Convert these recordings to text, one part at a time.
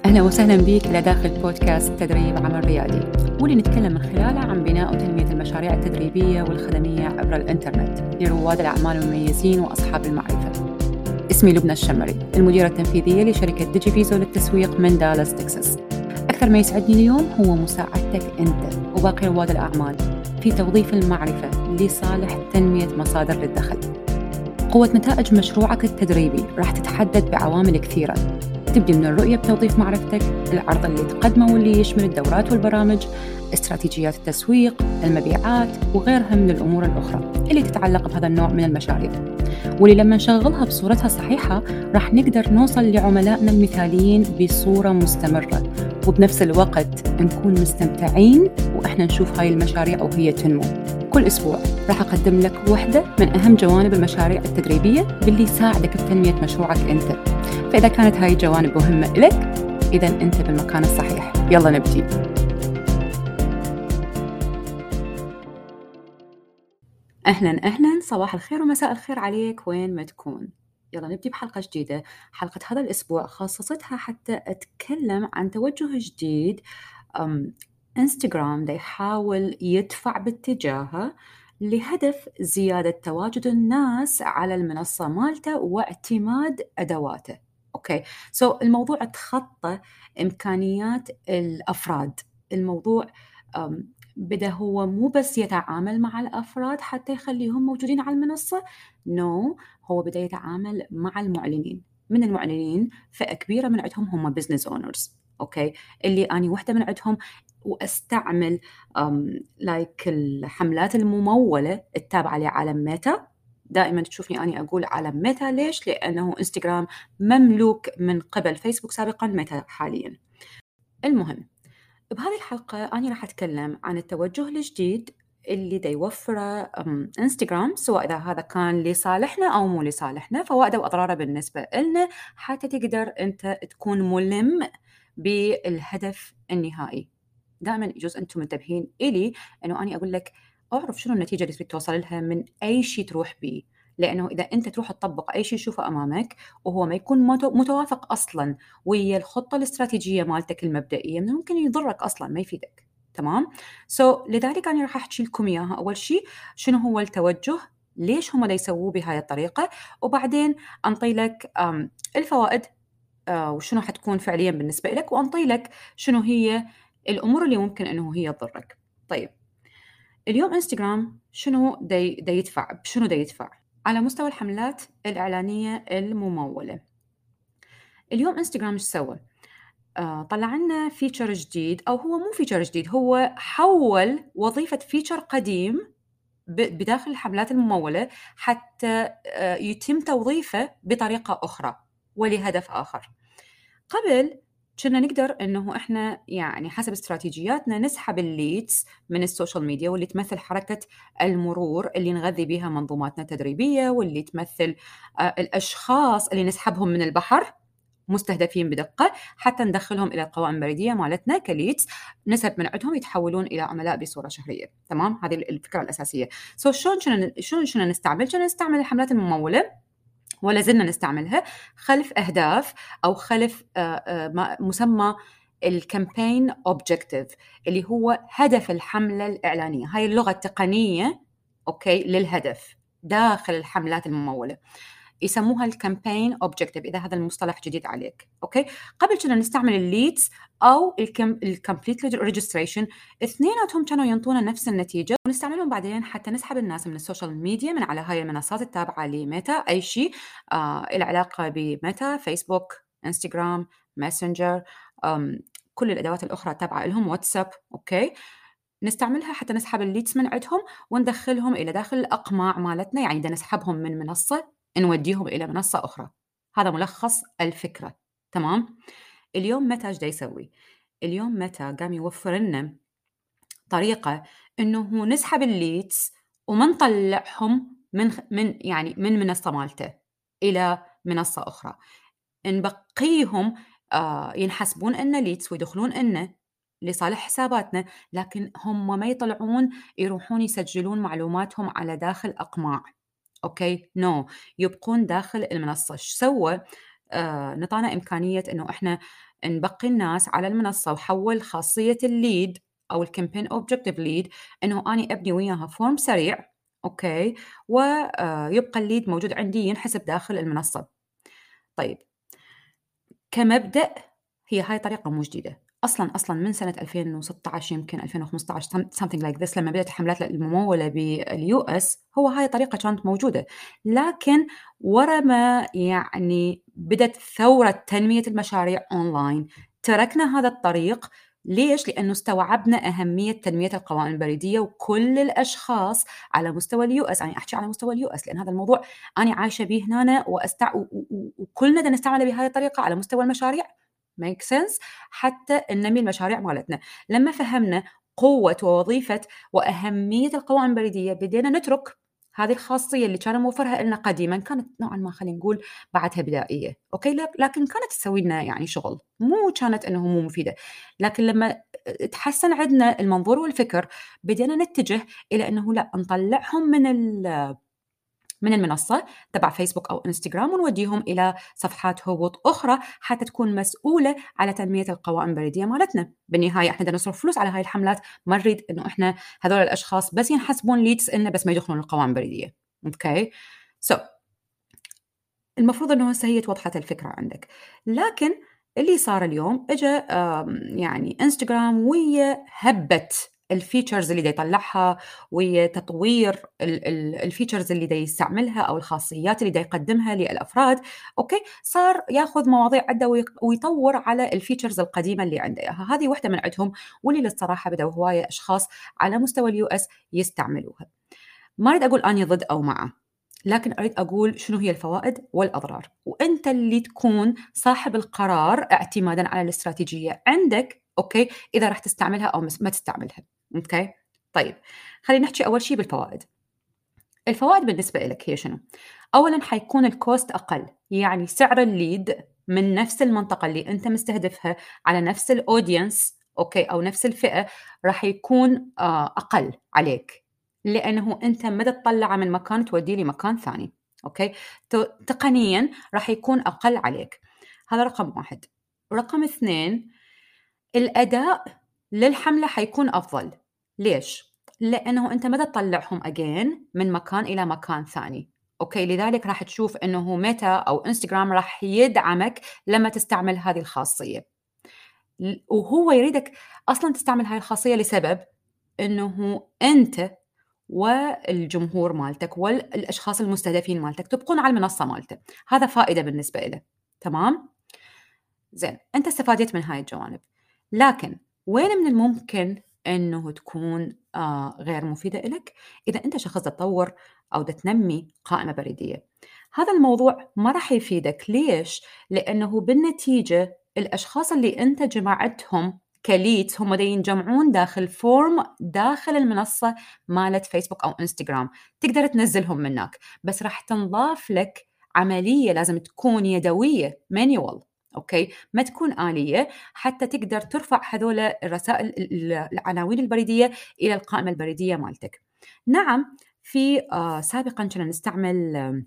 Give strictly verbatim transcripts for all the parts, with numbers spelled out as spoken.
أهلا وسهلا بك إلى داخل بودكاست تدريب عمل ريادي، واللي نتكلم من خلاله عن بناء وتنمية المشاريع التدريبية والخدمية عبر الإنترنت لرواد الأعمال المميزين وأصحاب المعرفة. اسمي لبنى الشمري، المديرة التنفيذية لشركة ديجيفيزو للتسويق من دالاس تكساس. أكثر ما يسعدني اليوم هو مساعدتك أنت وباقي رواد الأعمال في توظيف المعرفة لصالح تنمية مصادر للدخل. قوة نتائج مشروعك التدريبي راح تتحدد بعوامل كثيرة، تبدي من الرؤية بتوظيف معرفتك، العرض اللي تقدمه واللي يشمل الدورات والبرامج، استراتيجيات التسويق، المبيعات وغيرها من الأمور الأخرى اللي تتعلق بهذا النوع من المشاريع، واللي لما نشغلها بصورتها الصحيحة راح نقدر نوصل لعملائنا المثاليين بصورة مستمرة، وبنفس الوقت نكون مستمتعين وإحنا نشوف هاي المشاريع وهي تنمو. كل أسبوع راح أقدم لك واحدة من أهم جوانب المشاريع التدريبية باللي يساعدك بتنمية مشروعك أنت. فإذا كانت هاي الجوانب مهمة إلك، إذن أنت بالمكان الصحيح. يلا نبدي. أهلا أهلا، صباح الخير ومساء الخير عليك وين ما تكون. يلا نبدي بحلقة جديدة. حلقة هذا الأسبوع خصصتها حتى أتكلم عن توجه جديد أم إنستغرام دا يحاول يدفع باتجاهه لهدف زيادة تواجد الناس على المنصة مالته واعتماد أدواته. أوكي، سو so, الموضوع تخطى إمكانيات الأفراد. الموضوع أم بدأ هو مو بس يتعامل مع الأفراد حتى يخليهم موجودين على المنصة، نو no, هو بدأ يتعامل مع المعلنين. من المعلنين فئة كبيرة من عندهم هم business owners، أوكي، اللي أنا واحدة من عندهم، واستعمل لايك الحملات الممولة التابعة لعالم ميتا. دائما تشوفني أنا أقول عالم ميتا، ليش؟ لأنه إنستغرام مملوك من قبل فيسبوك سابقا، ميتا حاليا. المهم، بهذه الحلقة أنا راح أتكلم عن التوجه الجديد اللي دا يوفره إنستغرام، سواء إذا هذا كان لصالحنا أو مو لصالحنا، فوائده وأضراره بالنسبة لنا حتى تقدر أنت تكون ملم بالهدف النهائي. دائما يجوز أنتم منتبهين إلي أنه أنا أقول لك أعرف شنو النتيجة اللي تريد توصل لها من أي شيء تروح به، لأنه إذا أنت تروح تطبق أي شيء تشوفه أمامك وهو ما يكون متوافق أصلاً ويا الخطة الاستراتيجية مالتك المبدئية، ممكن يضرك أصلاً، ما يفيدك. تمام؟ سو so, لذلك أنا راح أحكي لكم إياها. أول شيء شنو هو التوجه، ليش هم دا يسووه بهاي الطريقة، وبعدين أنطي لك الفوائد آه وشنو حتكون فعلياً بالنسبة لك، وأنطي لك شنو هي الأمور اللي ممكن أنه هي تضرك. طيب، اليوم إنستغرام شنو دا دا يدفع بشنو دا يدفع على مستوى الحملات الإعلانية الممولة. اليوم إنستغرام إيش سوى؟ آه طلع لنا فيتشر جديد، أو هو مو فيتشر جديد، هو حول وظيفة فيتشر قديم بداخل الحملات الممولة حتى آه يتم توظيفه بطريقة أخرى ولهدف آخر. قبل كنا نقدر انه احنا يعني حسب استراتيجياتنا نسحب الليدز من السوشيال ميديا، واللي تمثل حركة المرور اللي نغذي بها منظوماتنا التدريبية، واللي تمثل آه الاشخاص اللي نسحبهم من البحر مستهدفين بدقة حتى ندخلهم الى القوائم البريدية مالتنا كليدز، نسب من عندهم يتحولون الى عملاء بصورة شهرية. تمام، هذه الفكرة الاساسية. سو شلون كنا شلون كنا نستعمل كنا نستعمل الحملات الممولة، ولا زلنا نستعملها خلف أهداف أو خلف مسمى الكامبين أوبجكتيف، اللي هو هدف الحملة الإعلانية. هاي اللغة التقنية أوكي للهدف داخل الحملات الممولة، يسموها الكامبين أوبجكتيف إذا هذا المصطلح جديد عليك. أوكي، قبل كنا نستعمل الليدز أو الكمبليت ريجستريشن، اثنيناتهم كانوا ينطونا نفس النتيجة، ونستعملهم بعدين حتى نسحب الناس من السوشيال ميديا من على هاي المنصات التابعة لميتا. أي شيء آه العلاقة بميتا، فيسبوك، إنستغرام، ماسنجر، كل الأدوات الأخرى التابعة لهم، واتساب. أوكي، نستعملها حتى نسحب الليدز من عندهم وندخلهم إلى داخل الأقماع مالتنا، يعني دا نسحبهم من منصة نوديهم إلى منصة أخرى. هذا ملخص الفكرة. تمام، اليوم متى ايش دا يسوي؟ اليوم متى قام يوفر لنا طريقة إنه نسحب الليدز ومنطلعهم من من يعني من منصة مالته إلى منصة أخرى، نبقيهم آه ينحسبون إنه ليدز ويدخلون إنه لصالح حساباتنا، لكن هم ما يطلعون يروحون يسجلون معلوماتهم على داخل أقماع. أوكي، نو no. يبقون داخل المنصة. ايش سوى؟ آه نطانا إمكانية إنه إحنا نبقي الناس على المنصة، وحول خاصية الليد أو الكامبين أوبجكتيف ليد إنه أني أبني وياها فورم سريع، أوكي، ويبقى الليد موجود عندي ينحسب داخل المنصة. طيب كمبدأ هي هاي طريقة مو جديدة، أصلاً أصلاً من سنة ألفين وستة عشر يمكن ألفين وخمسة عشر something like this لما بدأت الحملات الممولة باليو اس، هو هاي طريقة كانت موجودة، لكن ورا ما يعني بدأت ثورة تنمية المشاريع أونلاين تركنا هذا الطريق. ليش؟ لأنه استوعبنا أهمية تنمية القوائم البريدية، وكل الأشخاص على مستوى اليو اس، يعني أحكي على مستوى اليو اس لأن هذا الموضوع أنا عايشة به هنا وأستع... وكلنا بدنا نستعمله بهذه الطريقة على مستوى المشاريع. make sense؟ حتى ننمي المشاريع مالتنا. لما فهمنا قوة ووظيفة وأهمية القوائم البريدية بدينا نترك هذه الخاصية اللي كان موفرها لنا قديما، كانت نوعا ما خلينا نقول بعدها بدائية، أوكي، لكن كانت تسوي لنا يعني شغل، مو كانت أنه مو مفيدة. لكن لما تحسن عندنا المنظور والفكر بدينا نتجه إلى أنه لا، نطلعهم من ال من المنصة تبع فيسبوك أو إنستغرام ونوديهم إلى صفحات هبوط أخرى حتى تكون مسؤولة على تنمية القوائم البريدية مالتنا. بالنهاية إحنا بدنا نصرف فلوس على هاي الحملات، ما نريد إنه إحنا هذول الأشخاص بس ينحسبون ليدز إنه بس ما يدخلون القوائم البريدية. أوكي، سو so, المفروض إنه هسه هي توضحت الفكرة عندك. لكن اللي صار اليوم إجا يعني إنستغرام ويا هبت الفيتشرز اللي دا يطلعها ويا تطوير الفيتشرز اللي دا يستعملها أو الخاصيات اللي دا يقدمها للأفراد، أوكي، صار ياخذ مواضيع عدة ويطور على الفيتشرز القديمة اللي عنده إياها. هذه واحدة من عندهم واللي للصراحة بدأوا هواية أشخاص على مستوى اليو اس يستعملوها. ما أريد أقول أني ضد أو معه، لكن أريد أقول شنو هي الفوائد والأضرار، وأنت اللي تكون صاحب القرار اعتمادا على الاستراتيجية عندك، أوكي، إذا راح تستعملها أو ما تستعملها. أوكي، طيب خلينا نحكي أول شيء بالفوائد. الفوائد بالنسبة لك هي شنو؟ أولا حيكون الكوست أقل، يعني سعر الليد من نفس المنطقة اللي أنت مستهدفها على نفس الأودينس، أوكي، أو نفس الفئة، راح يكون أقل عليك، لأنه أنت ما تطلع من مكان توديه لمكان ثاني، أوكي، تقنيا راح يكون أقل عليك. هذا رقم واحد. رقم اثنين، الأداء للحملة حيكون أفضل. ليش؟ لأنه أنت ما تطلعهم again من مكان إلى مكان ثاني، أوكي، لذلك راح تشوف أنه ميتا أو إنستغرام راح يدعمك لما تستعمل هذه الخاصية، وهو يريدك أصلا تستعمل هاي الخاصية لسبب أنه أنت والجمهور مالتك والأشخاص المستهدفين مالتك تبقون على المنصة مالته. هذا فائدة بالنسبة له. تمام؟ زين، أنت استفادت من هاي الجوانب، لكن وين من الممكن أنه تكون آه غير مفيدة لك؟ إذا أنت شخص تطور أو تنمي قائمة بريدية، هذا الموضوع ما راح يفيدك. ليش؟ لأنه بالنتيجة الأشخاص اللي أنت جمعتهم كليدز هم دا ينجمعون داخل فورم داخل المنصة مالت فيسبوك أو إنستغرام، تقدر تنزلهم منك، بس راح تنضاف لك عملية لازم تكون يدوية مانيوال، أوكي، ما تكون آلية، حتى تقدر ترفع هذول الرسائل العناوين البريدية إلى القائمة البريدية مالتك. نعم، في آه سابقا كنا نستعمل آه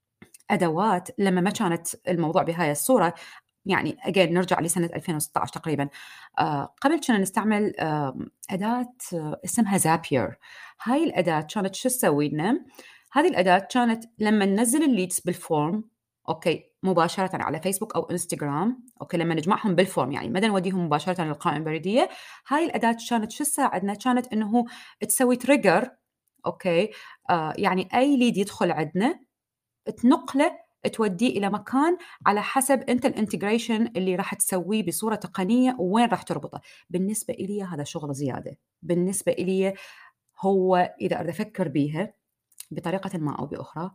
أدوات لما ما كانت الموضوع بهاي الصورة، يعني again نرجع لسنة ألفين وستة عشر تقريبا. آه قبل كنا نستعمل آه أداة آه اسمها زابير. هاي الأداة كانت شو تسوي لنا؟ هذه الأداة كانت لما ننزل الليدز بالفورم، أوكي، مباشرة على فيسبوك أو إنستغرام، أوكي، لما نجمعهم بالفورم يعني ما نوديهم مباشرة للقائمة البريدية، هاي الأداة كانت شو تساعدنا؟ كانت إنه تسوي تريجر، أوكي، آه يعني أي ليد يدخل عندنا تنقله توديه إلى مكان على حسب أنت الانتجريشن اللي راح تسويه بصورة تقنية وين راح تربطه. بالنسبة إلي هذا شغل زيادة. بالنسبة إلي هو إذا أريد أفكر بيها بطريقة ما أو بأخرى،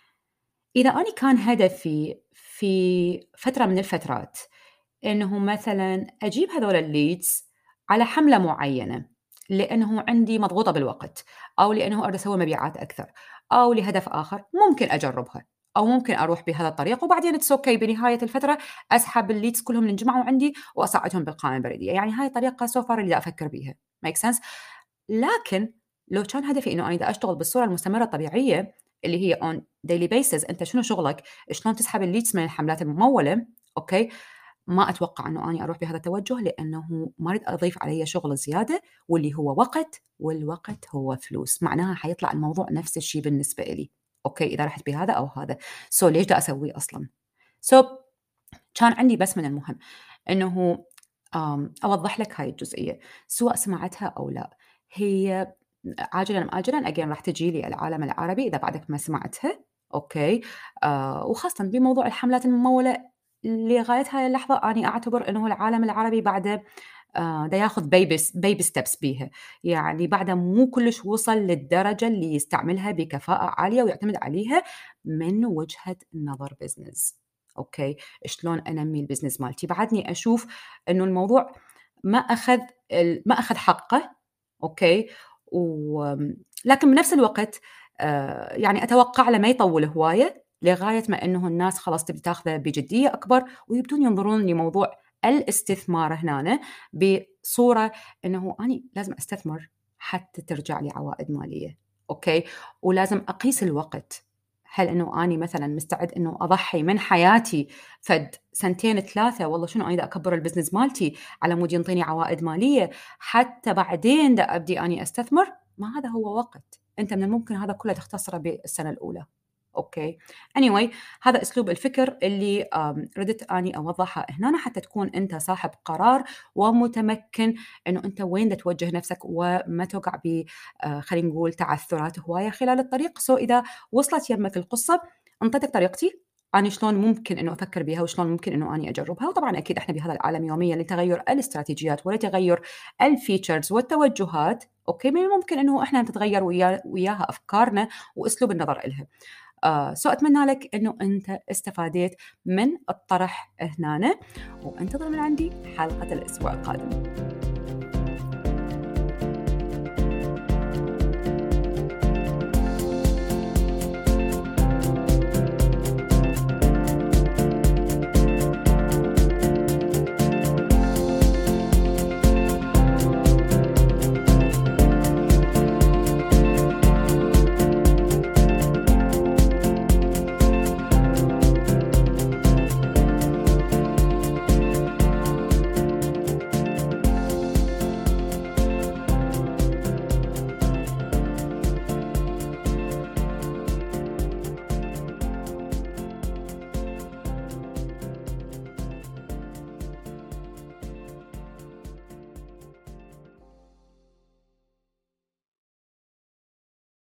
إذا أنا كان هدفي في فترة من الفترات إنه مثلا أجيب هذول الليدز على حملة معينة لأنه عندي مضغوطة بالوقت، أو لأنه أريد أسوي مبيعات أكثر، أو لهدف آخر، ممكن أجربها، أو ممكن أروح بهذا الطريق وبعدين تسوكي بنهاية الفترة أسحب الليدز كلهم اللي انجمعوا عندي وأصعدهم بالقائمة البريدية. يعني هاي طريقة سوفر اللي أفكر بيها make sense. لكن لو كان هدفي إنه أنا إذا أشتغل بالصورة المستمرة الطبيعية اللي هي on daily basis أنت شنو شغلك، شلون تسحب الليدز من الحملات الممولة، أوكي، ما أتوقع إنه أنا أروح بهذا التوجه، لأنه ما أريد أضيف علي شغل زيادة واللي هو وقت، والوقت هو فلوس، معناها حيطلع الموضوع نفس الشيء بالنسبة إلي، أوكي، إذا رحت بهذا أو هذا. سو ليش دا أسويه أصلا؟ سو كان عندي بس من المهم إنه آم، أوضح لك هاي الجزئية، سواء سمعتها أو لا، هي عاجلا أم آجلا أجين راح تجي لي العالم العربي إذا بعدك ما سمعتها، أوكي، آه وخاصة بموضوع الحملات الممولة لغاية هاي اللحظة أنا أعتبر أنه العالم العربي بعده آه دا ياخذ بيبي بيبي ستبس بيها، يعني بعده مو كلش وصل للدرجة اللي يستعملها بكفاءة عالية ويعتمد عليها من وجهة نظر بزنس. أوكي، شلون أنمي البزنس مالتي، بعدني أشوف أنه الموضوع ما أخذ ما أخذ حقه، أوكي، و... لكن بنفس الوقت آه يعني أتوقع له ما يطول هواية لغاية ما أنه الناس خلاص تبي تاخذه بجدية أكبر ويبدون ينظرون لموضوع الاستثمار هنا بصورة أنه أنا لازم أستثمر حتى ترجع لي عوائد مالية، أوكي، ولازم أقيس الوقت، هل أنه أنا مثلا مستعد أنه أضحي من حياتي فد سنتين ثلاثة، والله شنو أنا دا أكبر البزنس مالتي على مود ينطيني عوائد مالية حتى بعدين دا أبدي أني أستثمر، ما هذا هو وقت، أنت من الممكن هذا كله تختصره بالسنة الأولى، أوكي. anyway هذا أسلوب الفكر اللي ردت أني أوضحها هنا حتى تكون أنت صاحب قرار ومتمكن أنه أنت وين دا توجه نفسك وما توقع ب خلينا نقول تعثرات هواية خلال الطريق. سو إذا وصلت يمك القصة انطيتك طريقتي أنا شلون ممكن إنه أفكر بها وشلون ممكن إنه أنا أجربها، وطبعا أكيد إحنا بهذا العالم يوميا لتغير الاستراتيجيات ولتغير الفيتشرز والتوجهات، أوكي، من الممكن إنه إحنا نتغير ويا وياها أفكارنا وأسلوب النظر إلها. آه سو أتمنى لك إنه أنت استفاديت من الطرح هنا، وانتظر من عندي حلقة الأسبوع القادم.